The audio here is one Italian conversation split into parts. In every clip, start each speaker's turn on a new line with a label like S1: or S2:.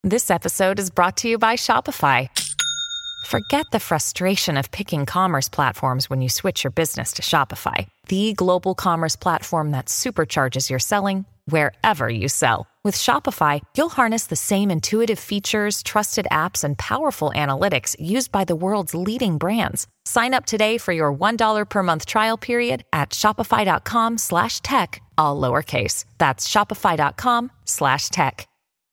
S1: This episode is brought to you by Shopify. Forget the frustration of picking commerce platforms when you switch your business to Shopify, the global commerce platform that supercharges your selling wherever you sell. With Shopify, you'll harness the same intuitive features, trusted apps, and powerful analytics used by the world's leading brands. Sign up today for your $1 per month trial period at shopify.com/tech, all lowercase. That's shopify.com/tech.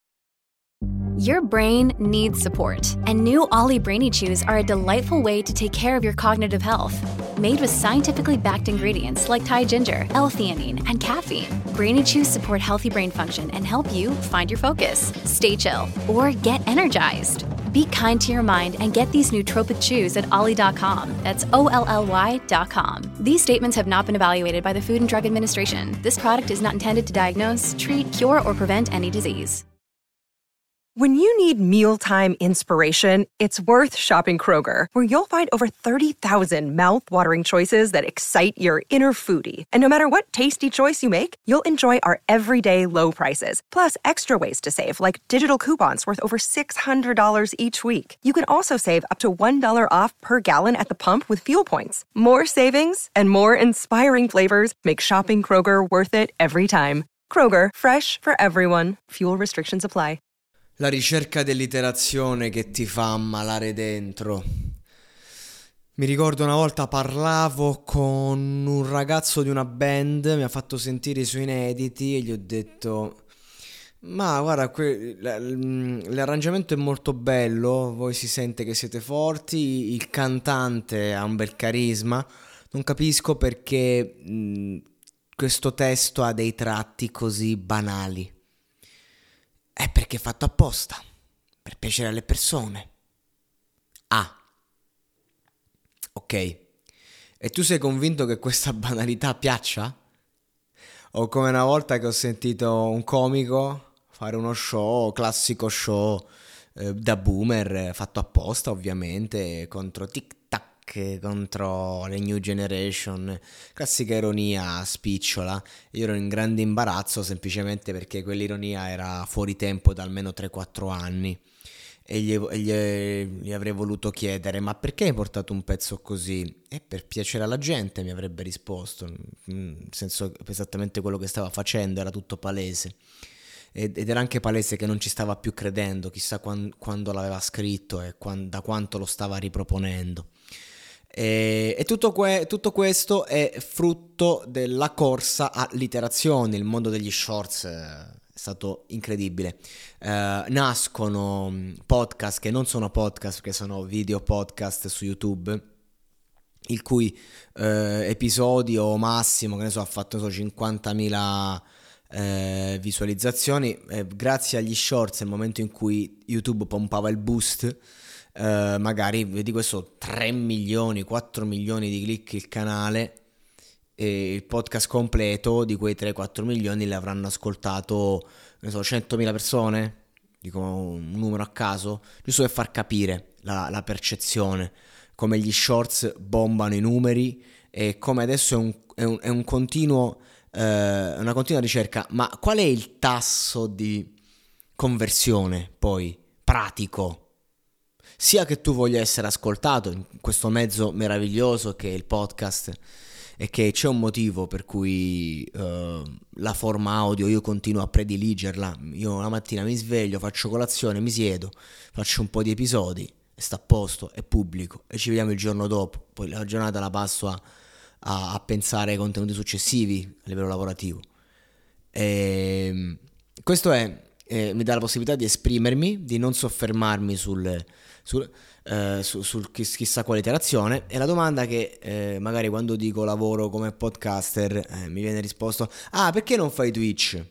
S2: Your brain needs support, and new Ollie Brainy Chews are a delightful way to take care of your cognitive health. Made with scientifically backed ingredients like Thai ginger, L-theanine, and caffeine, Brainy Chews support healthy brain function and help you find your focus, stay chill, or get energized. Be kind to your mind and get these nootropic chews at ollie.com. That's OLLY.com. These statements have not been evaluated by the Food and Drug Administration. This product is not intended to diagnose, treat, cure, or prevent any disease.
S3: When you need mealtime inspiration, it's worth shopping Kroger, where you'll find over 30,000 mouth-watering choices that excite your inner foodie. And no matter what tasty choice you make, you'll enjoy our everyday low prices, plus extra ways to save, like digital coupons worth over $600 each week. You can also save up to $1 off per gallon at the pump with fuel points. More savings and more inspiring flavors make shopping Kroger worth it every time. Kroger, fresh for everyone. Fuel restrictions apply.
S4: La ricerca dell'iterazione che ti fa ammalare dentro. Mi ricordo una volta parlavo con un ragazzo di una band, mi ha fatto sentire i suoi inediti e gli ho detto: ma guarda, l'arrangiamento è molto bello, voi si sente che siete forti, il cantante ha un bel carisma, non capisco perché questo testo ha dei tratti così banali. È perché è fatto apposta, per piacere alle persone. Ah, ok. E tu sei convinto che questa banalità piaccia? O come una volta che ho sentito un comico fare uno show, classico show da boomer, fatto apposta ovviamente, contro TikTok, contro le new generation, classica ironia spicciola. Io ero in grande imbarazzo semplicemente perché quell'ironia era fuori tempo da almeno 3-4 anni e gli avrei voluto chiedere: ma perché hai portato un pezzo così? E per piacere alla gente, mi avrebbe risposto, nel senso, esattamente quello che stava facendo, era tutto palese. Ed era anche palese che non ci stava più credendo, chissà quando l'aveva scritto e da quanto lo stava riproponendo. E tutto questo è frutto della corsa all'iterazione. Il mondo degli shorts è stato incredibile. Nascono podcast che non sono podcast, che sono video podcast su YouTube, il cui episodio massimo, che ne so, ha fatto 50.000 visualizzazioni. Grazie agli shorts, nel momento in cui YouTube pompava il boost, magari vedi questo 3 milioni, 4 milioni di click il canale, e il podcast completo di quei 3-4 milioni le avranno ascoltato, ne so, 100.000 persone, dico un numero a caso, giusto per far capire la percezione, come gli shorts bombano i numeri e come adesso è un continuo, una continua ricerca. Ma qual è il tasso di conversione poi pratico? Sia che tu voglia essere ascoltato in questo mezzo meraviglioso che è il podcast, e che c'è un motivo per cui la forma audio io continuo a prediligerla. Io la mattina mi sveglio, faccio colazione, mi siedo, faccio un po' di episodi e sta a posto, è pubblico e ci vediamo il giorno dopo. Poi la giornata la passo a pensare ai contenuti successivi a livello lavorativo. Questo mi dà la possibilità di esprimermi, di non soffermarmi sul chissà quale iterazione. E la domanda che magari quando dico lavoro come podcaster mi viene risposto: ah, perché non fai Twitch?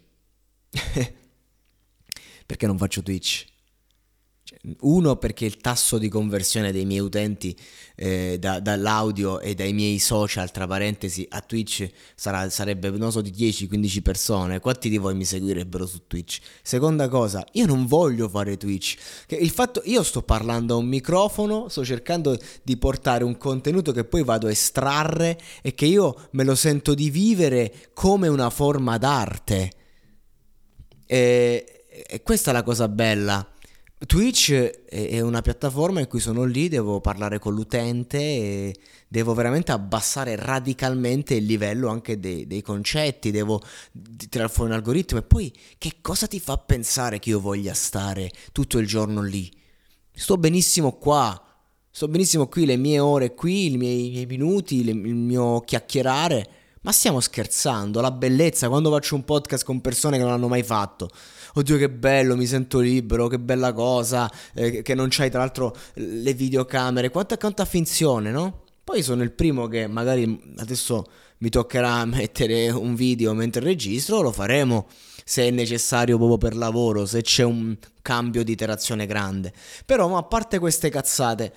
S4: Perché non faccio Twitch? Uno, perché il tasso di conversione dei miei utenti dall'audio e dai miei social, tra parentesi, a Twitch sarebbe, non so, di 10-15 persone. Quanti di voi mi seguirebbero su Twitch? Seconda cosa, io non voglio fare Twitch. Io sto parlando a un microfono, sto cercando di portare un contenuto che poi vado a estrarre e che io me lo sento di vivere come una forma d'arte. E questa è la cosa bella. Twitch è una piattaforma in cui sono lì, devo parlare con l'utente e devo veramente abbassare radicalmente il livello anche dei concetti, devo tirare fuori un algoritmo. E poi che cosa ti fa pensare che io voglia stare tutto il giorno lì? Sto benissimo qua, sto benissimo qui, le mie ore qui, i miei minuti, il mio chiacchierare. Ma stiamo scherzando? La bellezza, quando faccio un podcast con persone che non hanno mai fatto. Oddio che bello, mi sento libero, che bella cosa, che non c'hai tra l'altro le videocamere, quanta finzione, no? Poi sono il primo che magari adesso mi toccherà mettere un video mentre registro, lo faremo se è necessario proprio per lavoro, se c'è un cambio di iterazione grande. Però ma a parte queste cazzate,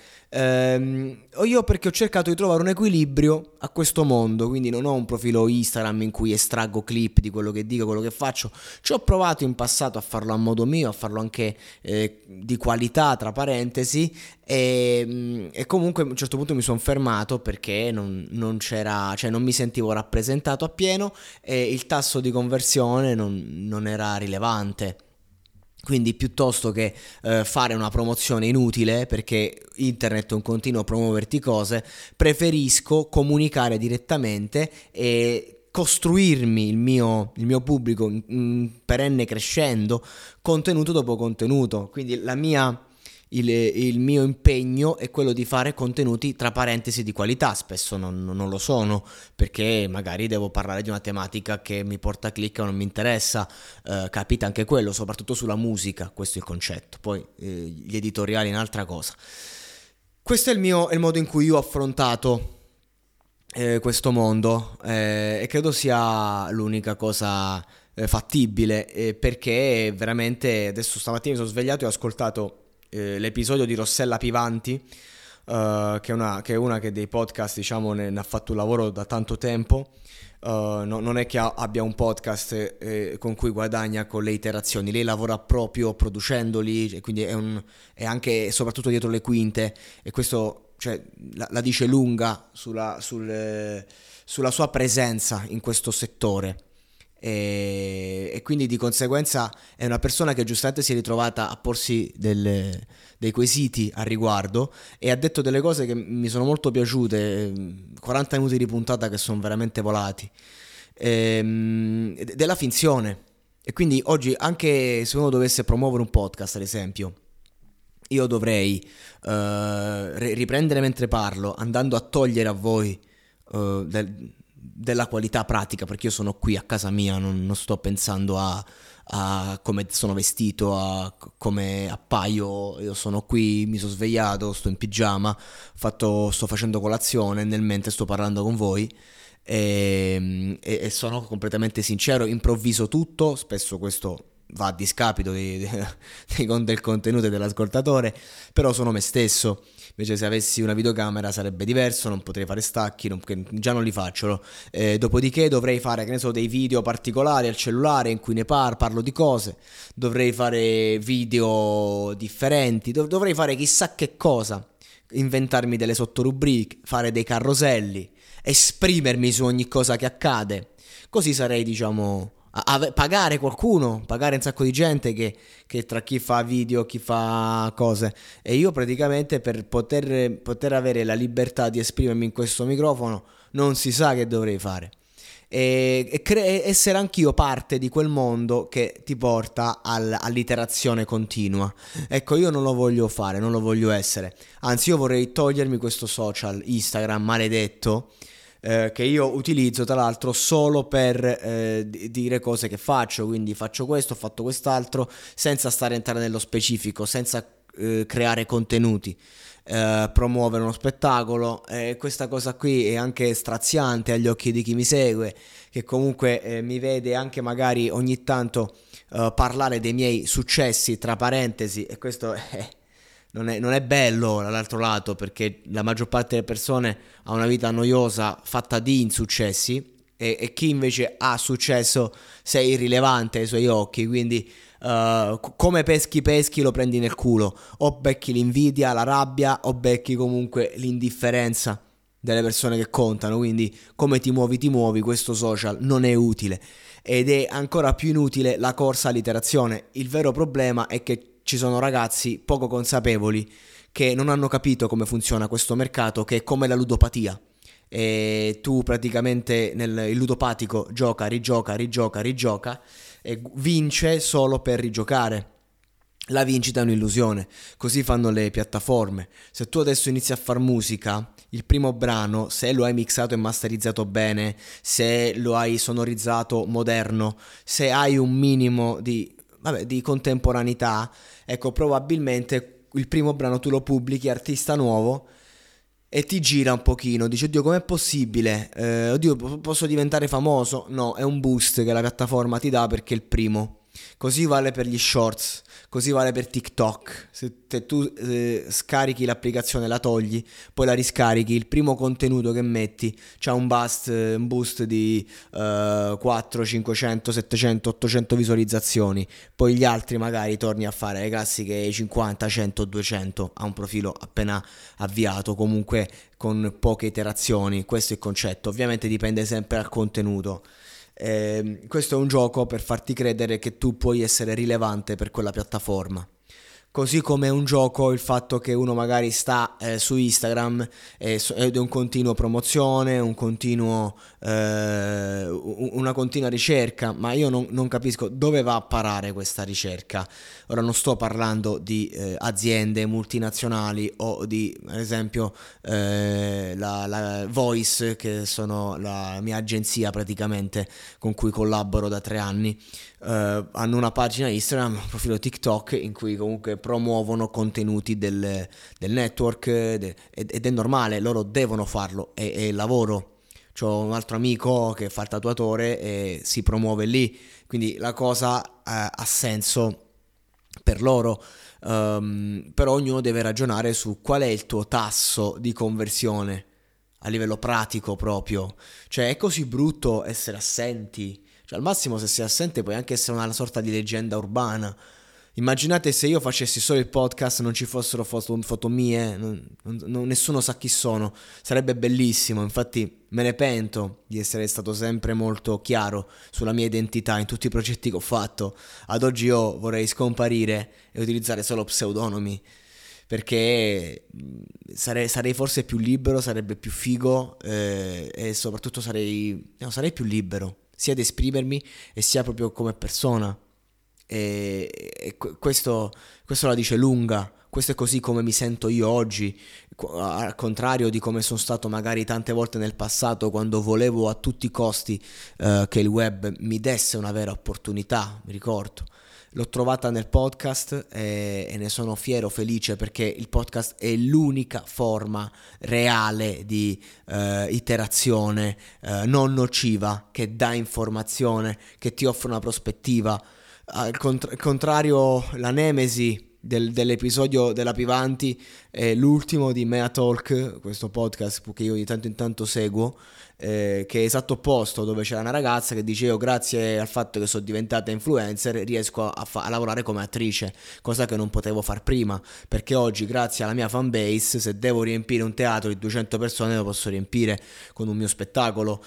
S4: io perché ho cercato di trovare un equilibrio a questo mondo, quindi non ho un profilo Instagram in cui estraggo clip di quello che dico, quello che faccio. Ci ho provato in passato a farlo a modo mio, a farlo anche di qualità, tra parentesi, e comunque a un certo punto mi sono fermato perché non c'era, cioè non mi sentivo rappresentato appieno e il tasso di conversione non era rilevante. Quindi piuttosto che fare una promozione inutile, perché internet è un continuo promuoverti cose, preferisco comunicare direttamente e costruirmi il mio pubblico perenne crescendo, contenuto dopo contenuto. Quindi il mio impegno è quello di fare contenuti tra parentesi di qualità. Spesso non lo sono, perché magari devo parlare di una tematica che mi porta click o non mi interessa. Capita anche quello, soprattutto sulla musica, questo è il concetto. Poi gli editoriali è un'altra cosa. Questo è il modo in cui io ho affrontato questo mondo, e credo sia l'unica cosa fattibile, perché veramente adesso stamattina mi sono svegliato e ho ascoltato l'episodio di Rossella Pivanti, che è una che dei podcast, diciamo, ne ha fatto un lavoro da tanto tempo. Non è che abbia un podcast con cui guadagna con le iterazioni, lei lavora proprio producendoli, e quindi è anche soprattutto dietro le quinte, e questo, cioè, la dice lunga sulla sua presenza in questo settore. E quindi di conseguenza è una persona che giustamente si è ritrovata a porsi dei quesiti a riguardo e ha detto delle cose che mi sono molto piaciute, 40 minuti di puntata che sono veramente volati, della finzione. E quindi oggi, anche se uno dovesse promuovere un podcast, ad esempio, io dovrei riprendere mentre parlo, andando a togliere a voi della qualità pratica, perché io sono qui a casa mia, non sto pensando a come sono vestito, a come appaio. Io sono qui, mi sono svegliato, sto in pigiama, sto facendo colazione, nel mentre sto parlando con voi, e sono completamente sincero, improvviso tutto, spesso questo va a discapito del contenuto e dell'ascoltatore, però sono me stesso. Invece se avessi una videocamera sarebbe diverso, non potrei fare stacchi, già non li faccio. Dopodiché dovrei fare, che ne so, dei video particolari al cellulare in cui ne parlo di cose, dovrei fare video differenti, dovrei fare chissà che cosa, inventarmi delle sottorubriche, fare dei carroselli, esprimermi su ogni cosa che accade. Così sarei, diciamo, pagare qualcuno, pagare un sacco di gente che tra chi fa video, chi fa cose, e io praticamente per poter avere la libertà di esprimermi in questo microfono non si sa che dovrei fare, e essere anch'io parte di quel mondo che ti porta all'iterazione continua. Ecco, io non lo voglio fare, non lo voglio essere, anzi io vorrei togliermi questo social Instagram maledetto, che io utilizzo tra l'altro solo per dire cose che faccio, quindi faccio questo, ho fatto quest'altro, senza entrare nello specifico, senza creare contenuti, promuovere uno spettacolo. Questa cosa qui è anche straziante agli occhi di chi mi segue, che comunque mi vede anche magari ogni tanto parlare dei miei successi tra parentesi, e questo non è bello dall'altro lato, perché la maggior parte delle persone ha una vita noiosa fatta di insuccessi, e chi invece ha successo sei irrilevante ai suoi occhi, quindi come peschi lo prendi nel culo, o becchi l'invidia, la rabbia, o becchi comunque l'indifferenza delle persone che contano. Quindi come ti muovi, questo social non è utile, ed è ancora più inutile la corsa all'iterazione. Il vero problema è che ci sono ragazzi poco consapevoli che non hanno capito come funziona questo mercato, che è come la ludopatia. E tu praticamente il ludopatico gioca e vince solo per rigiocare. La vincita è un'illusione, così fanno le piattaforme. Se tu adesso inizi a far musica, il primo brano, se lo hai mixato e masterizzato bene, se lo hai sonorizzato moderno, se hai un minimo di contemporaneità, ecco, probabilmente il primo brano tu lo pubblichi, artista nuovo, e ti gira un pochino, dici oddio com'è possibile, oddio posso diventare famoso? No, è un boost che la piattaforma ti dà perché è il primo. Così vale per gli shorts, così vale per TikTok. Se tu scarichi l'applicazione, la togli, poi la riscarichi, il primo contenuto che metti c'ha un boost di 4, 500, 700, 800 visualizzazioni. Poi gli altri magari torni a fare le classiche 50, 100, 200 a un profilo appena avviato, comunque con poche iterazioni. Questo è il concetto. Ovviamente dipende sempre dal contenuto. Questo è un gioco per farti credere che tu puoi essere rilevante per quella piattaforma. Così come è un gioco il fatto che uno magari sta su Instagram ed è un continuo promozione, una continua ricerca, ma io non capisco dove va a parare questa ricerca. Ora non sto parlando di aziende multinazionali o di, ad esempio, la Voice, che sono la mia agenzia praticamente con cui collaboro da 3 anni. Hanno una pagina Instagram, un profilo TikTok in cui comunque promuovono contenuti del network ed è normale, loro devono farlo, è il lavoro. C'ho un altro amico che fa il tatuatore e si promuove lì, quindi la cosa ha senso per loro, però ognuno deve ragionare su qual è il tuo tasso di conversione a livello pratico proprio. Cioè è così brutto essere assenti. Cioè al massimo se sei assente puoi anche essere una sorta di leggenda urbana. Immaginate se io facessi solo il podcast, non ci fossero foto mie, nessuno sa chi sono, sarebbe bellissimo. Infatti me ne pento di essere stato sempre molto chiaro sulla mia identità in tutti i progetti che ho fatto. Ad oggi io vorrei scomparire e utilizzare solo pseudonimi, perché sarei forse più libero, sarebbe più figo, e soprattutto sarei più libero sia ad esprimermi e sia proprio come persona. E questo la dice lunga. Questo è così come mi sento io oggi, al contrario di come sono stato magari tante volte nel passato, quando volevo a tutti i costi che il web mi desse una vera opportunità. Mi ricordo, l'ho trovata nel podcast e ne sono fiero, felice, perché il podcast è l'unica forma reale di iterazione non nociva, che dà informazione, che ti offre una prospettiva. Al contrario, la nemesi dell'episodio della Pivanti è l'ultimo di Mea Talk, questo podcast che io di tanto in tanto seguo, che è esatto opposto, dove c'era una ragazza che dice: io grazie al fatto che sono diventata influencer riesco a lavorare come attrice, cosa che non potevo far prima, perché oggi grazie alla mia fanbase, se devo riempire un teatro di 200 persone lo posso riempire con un mio spettacolo.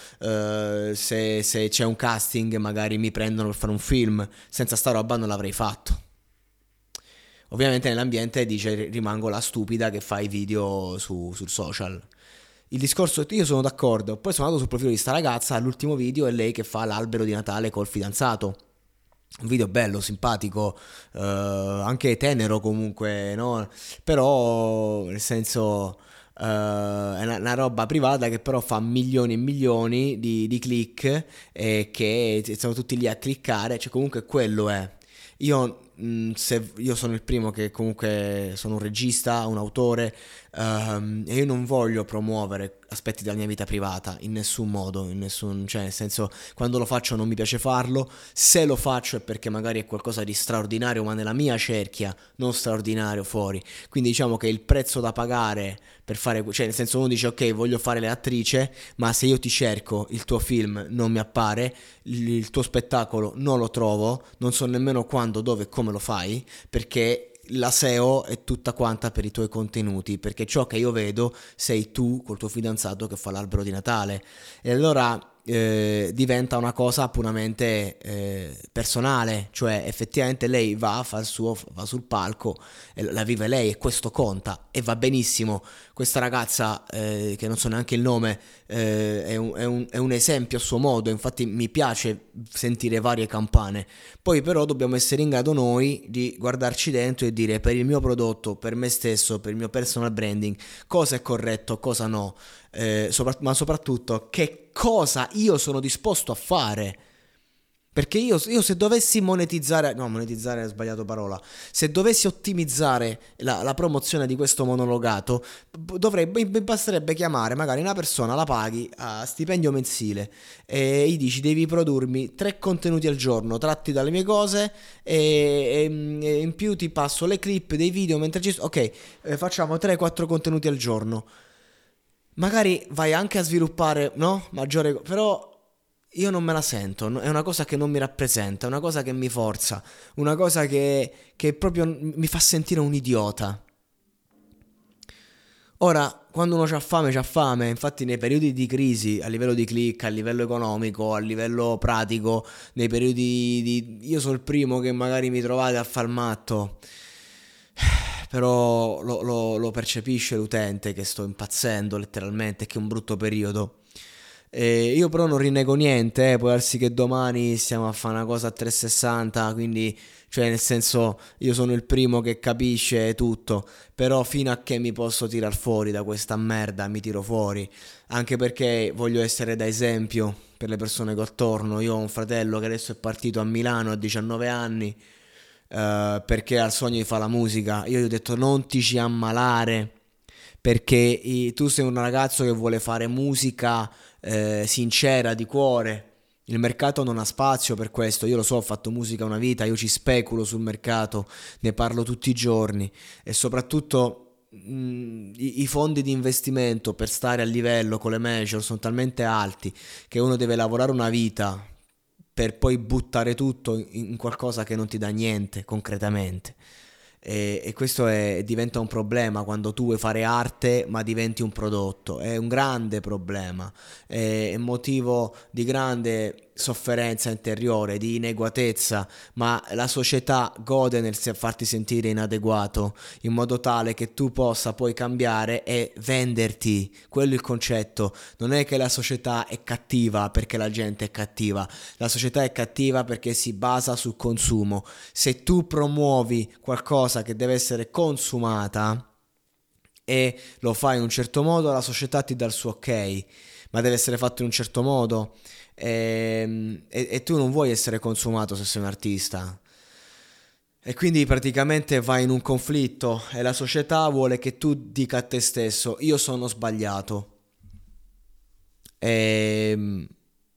S4: Se c'è un casting magari mi prendono per fare un film, senza sta roba non l'avrei fatto. Ovviamente nell'ambiente dice rimango la stupida che fa i video sul social. Il discorso, io sono d'accordo. Poi sono andato sul profilo di sta ragazza, l'ultimo video è lei che fa l'albero di Natale col fidanzato. Un video bello, simpatico, anche tenero comunque, no? Però nel senso è una roba privata che però fa milioni e milioni di click, e che sono tutti lì a cliccare. Cioè comunque quello è. Io sono il primo che comunque sono un regista, un autore, e io non voglio promuovere aspetti della mia vita privata in nessun modo, cioè nel senso, quando lo faccio non mi piace farlo. Se lo faccio è perché magari è qualcosa di straordinario, ma nella mia cerchia, non straordinario fuori. Quindi diciamo che il prezzo da pagare per fare, cioè nel senso, uno dice ok, voglio fare l'attrice, ma se io ti cerco, il tuo film non mi appare, il tuo spettacolo non lo trovo, non so nemmeno quando, dove, come lo fai, perché la SEO è tutta quanta per i tuoi contenuti, perché ciò che io vedo sei tu col tuo fidanzato che fa l'albero di Natale. E allora diventa una cosa puramente personale, cioè effettivamente lei va sul palco e la vive lei e questo conta e va benissimo. Questa ragazza che non so neanche il nome è un esempio a suo modo, infatti mi piace sentire varie campane. Poi però dobbiamo essere in grado noi di guardarci dentro e dire: per il mio prodotto, per me stesso, per il mio personal branding, cosa è corretto, cosa no, ma soprattutto che cosa io sono disposto a fare. Perché io se dovessi monetizzare è sbagliato parola, se dovessi ottimizzare la promozione di questo monologato, mi basterebbe chiamare magari una persona, la paghi a stipendio mensile e gli dici: devi produrmi 3 contenuti al giorno tratti dalle mie cose e in più ti passo le clip dei video mentre facciamo 3-4 contenuti al giorno. Magari vai anche a sviluppare, no? Però io non me la sento, è una cosa che non mi rappresenta, è una cosa che mi forza, una cosa che proprio mi fa sentire un idiota. Ora, quando uno c'ha fame, infatti nei periodi di crisi, a livello di click, a livello economico, a livello pratico, nei periodi io sono il primo che magari mi trovate a far matto, però lo percepisce l'utente che sto impazzendo letteralmente, che è un brutto periodo. Io però non rinnego niente, può darsi che domani stiamo a fare una cosa a 360, quindi cioè nel senso io sono il primo che capisce tutto, però fino a che mi posso tirar fuori da questa merda mi tiro fuori, anche perché voglio essere da esempio per le persone che ho attorno. Io ho un fratello che adesso è partito a Milano a 19 anni perché ha il sogno di fare la musica. Io gli ho detto: non ti ci ammalare, perché tu sei un ragazzo che vuole fare musica sincera, di cuore. Il mercato non ha spazio per questo. Io lo so, ho fatto musica una vita, io ci speculo sul mercato, ne parlo tutti i giorni e soprattutto i fondi di investimento per stare a livello con le major sono talmente alti che uno deve lavorare una vita per poi buttare tutto in qualcosa che non ti dà niente concretamente. E questo diventa un problema quando tu vuoi fare arte ma diventi un prodotto. È un grande problema, è motivo di grande sofferenza interiore, di inadeguatezza, ma la società gode nel farti sentire inadeguato, in modo tale che tu possa poi cambiare e venderti. Quello è il concetto. Non è che la società è cattiva perché la gente è cattiva, la società è cattiva perché si basa sul consumo. Se tu promuovi qualcosa che deve essere consumata e lo fai in un certo modo, la società ti dà il suo ok, ma deve essere fatto in un certo modo e tu non vuoi essere consumato se sei un artista, e quindi praticamente vai in un conflitto e la società vuole che tu dica a te stesso: io sono sbagliato, e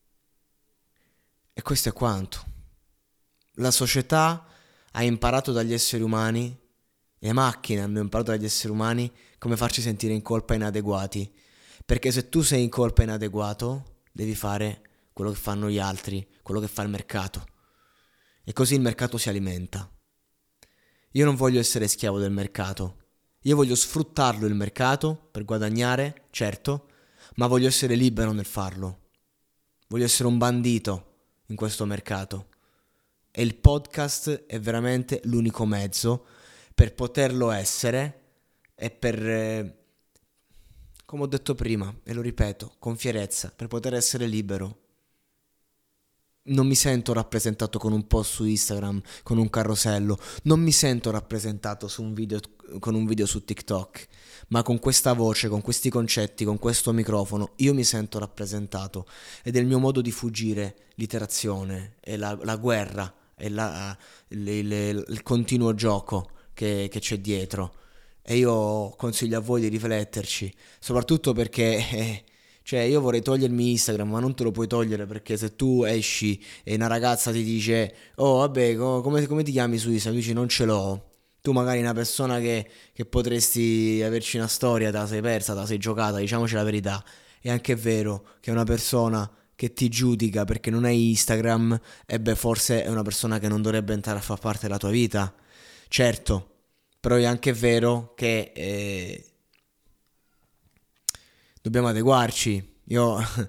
S4: questo è quanto. La società ha imparato dagli esseri umani, le macchine hanno imparato dagli esseri umani come farci sentire in colpa e inadeguati, perché se tu sei in colpa e inadeguato devi fare quello che fanno gli altri, quello che fa il mercato, e così il mercato si alimenta. Io non voglio essere schiavo del mercato, io voglio sfruttarlo il mercato per guadagnare, certo, ma voglio essere libero nel farlo, voglio essere un bandito in questo mercato. E il podcast è veramente l'unico mezzo per poterlo essere e per, come ho detto prima, e lo ripeto con fierezza, per poter essere libero. Non mi sento rappresentato con un post su Instagram, con un carosello, non mi sento rappresentato con un video su TikTok, ma con questa voce, con questi concetti, con questo microfono, io mi sento rappresentato, ed è il mio modo di fuggire l'iterazione e la guerra e il continuo gioco che c'è dietro. E io consiglio a voi di rifletterci, soprattutto perché cioè io vorrei togliermi Instagram, ma non te lo puoi togliere, perché se tu esci e una ragazza ti dice: oh vabbè, come ti chiami su Instagram? Tu dici: non ce l'ho. Tu magari una persona che potresti averci una storia, te la sei persa, te la sei giocata, diciamoci la verità. È anche vero che una persona che ti giudica perché non hai Instagram, forse è una persona che non dovrebbe entrare a far parte della tua vita. Certo, però è anche vero che dobbiamo adeguarci. Io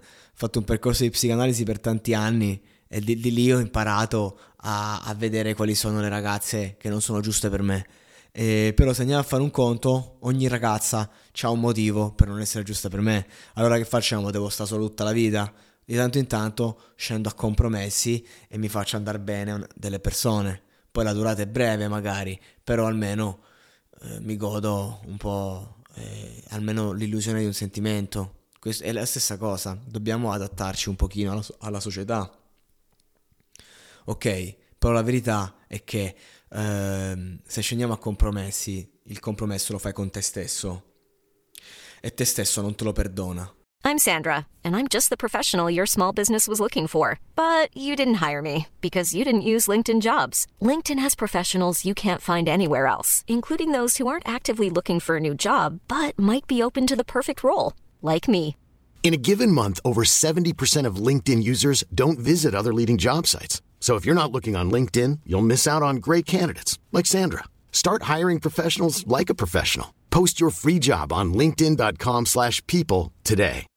S4: fatto un percorso di psicanalisi per tanti anni e di lì ho imparato a vedere quali sono le ragazze che non sono giuste per me. Però se andiamo a fare un conto, ogni ragazza ha un motivo per non essere giusta per me. Allora che facciamo? Devo stare solo tutta la vita? Di tanto in tanto scendo a compromessi e mi faccio andare bene delle persone. Poi la durata è breve magari, però almeno mi godo un po', almeno l'illusione di un sentimento. Questo è la stessa cosa, dobbiamo adattarci un pochino alla società. Ok, però la verità è che se scendiamo a compromessi, il compromesso lo fai con te stesso e te stesso non te lo perdona.
S5: I'm Sandra, and I'm just the professional your small business was looking for. But you didn't hire me because you didn't use LinkedIn Jobs. LinkedIn has professionals you can't find anywhere else, including those who aren't actively looking for a new job, but might be open to the perfect role, like me.
S6: In a given month, over 70% of LinkedIn users don't visit other leading job sites. So if you're not looking on LinkedIn, you'll miss out on great candidates like Sandra. Start hiring professionals like a professional. Post your free job on linkedin.com/people today.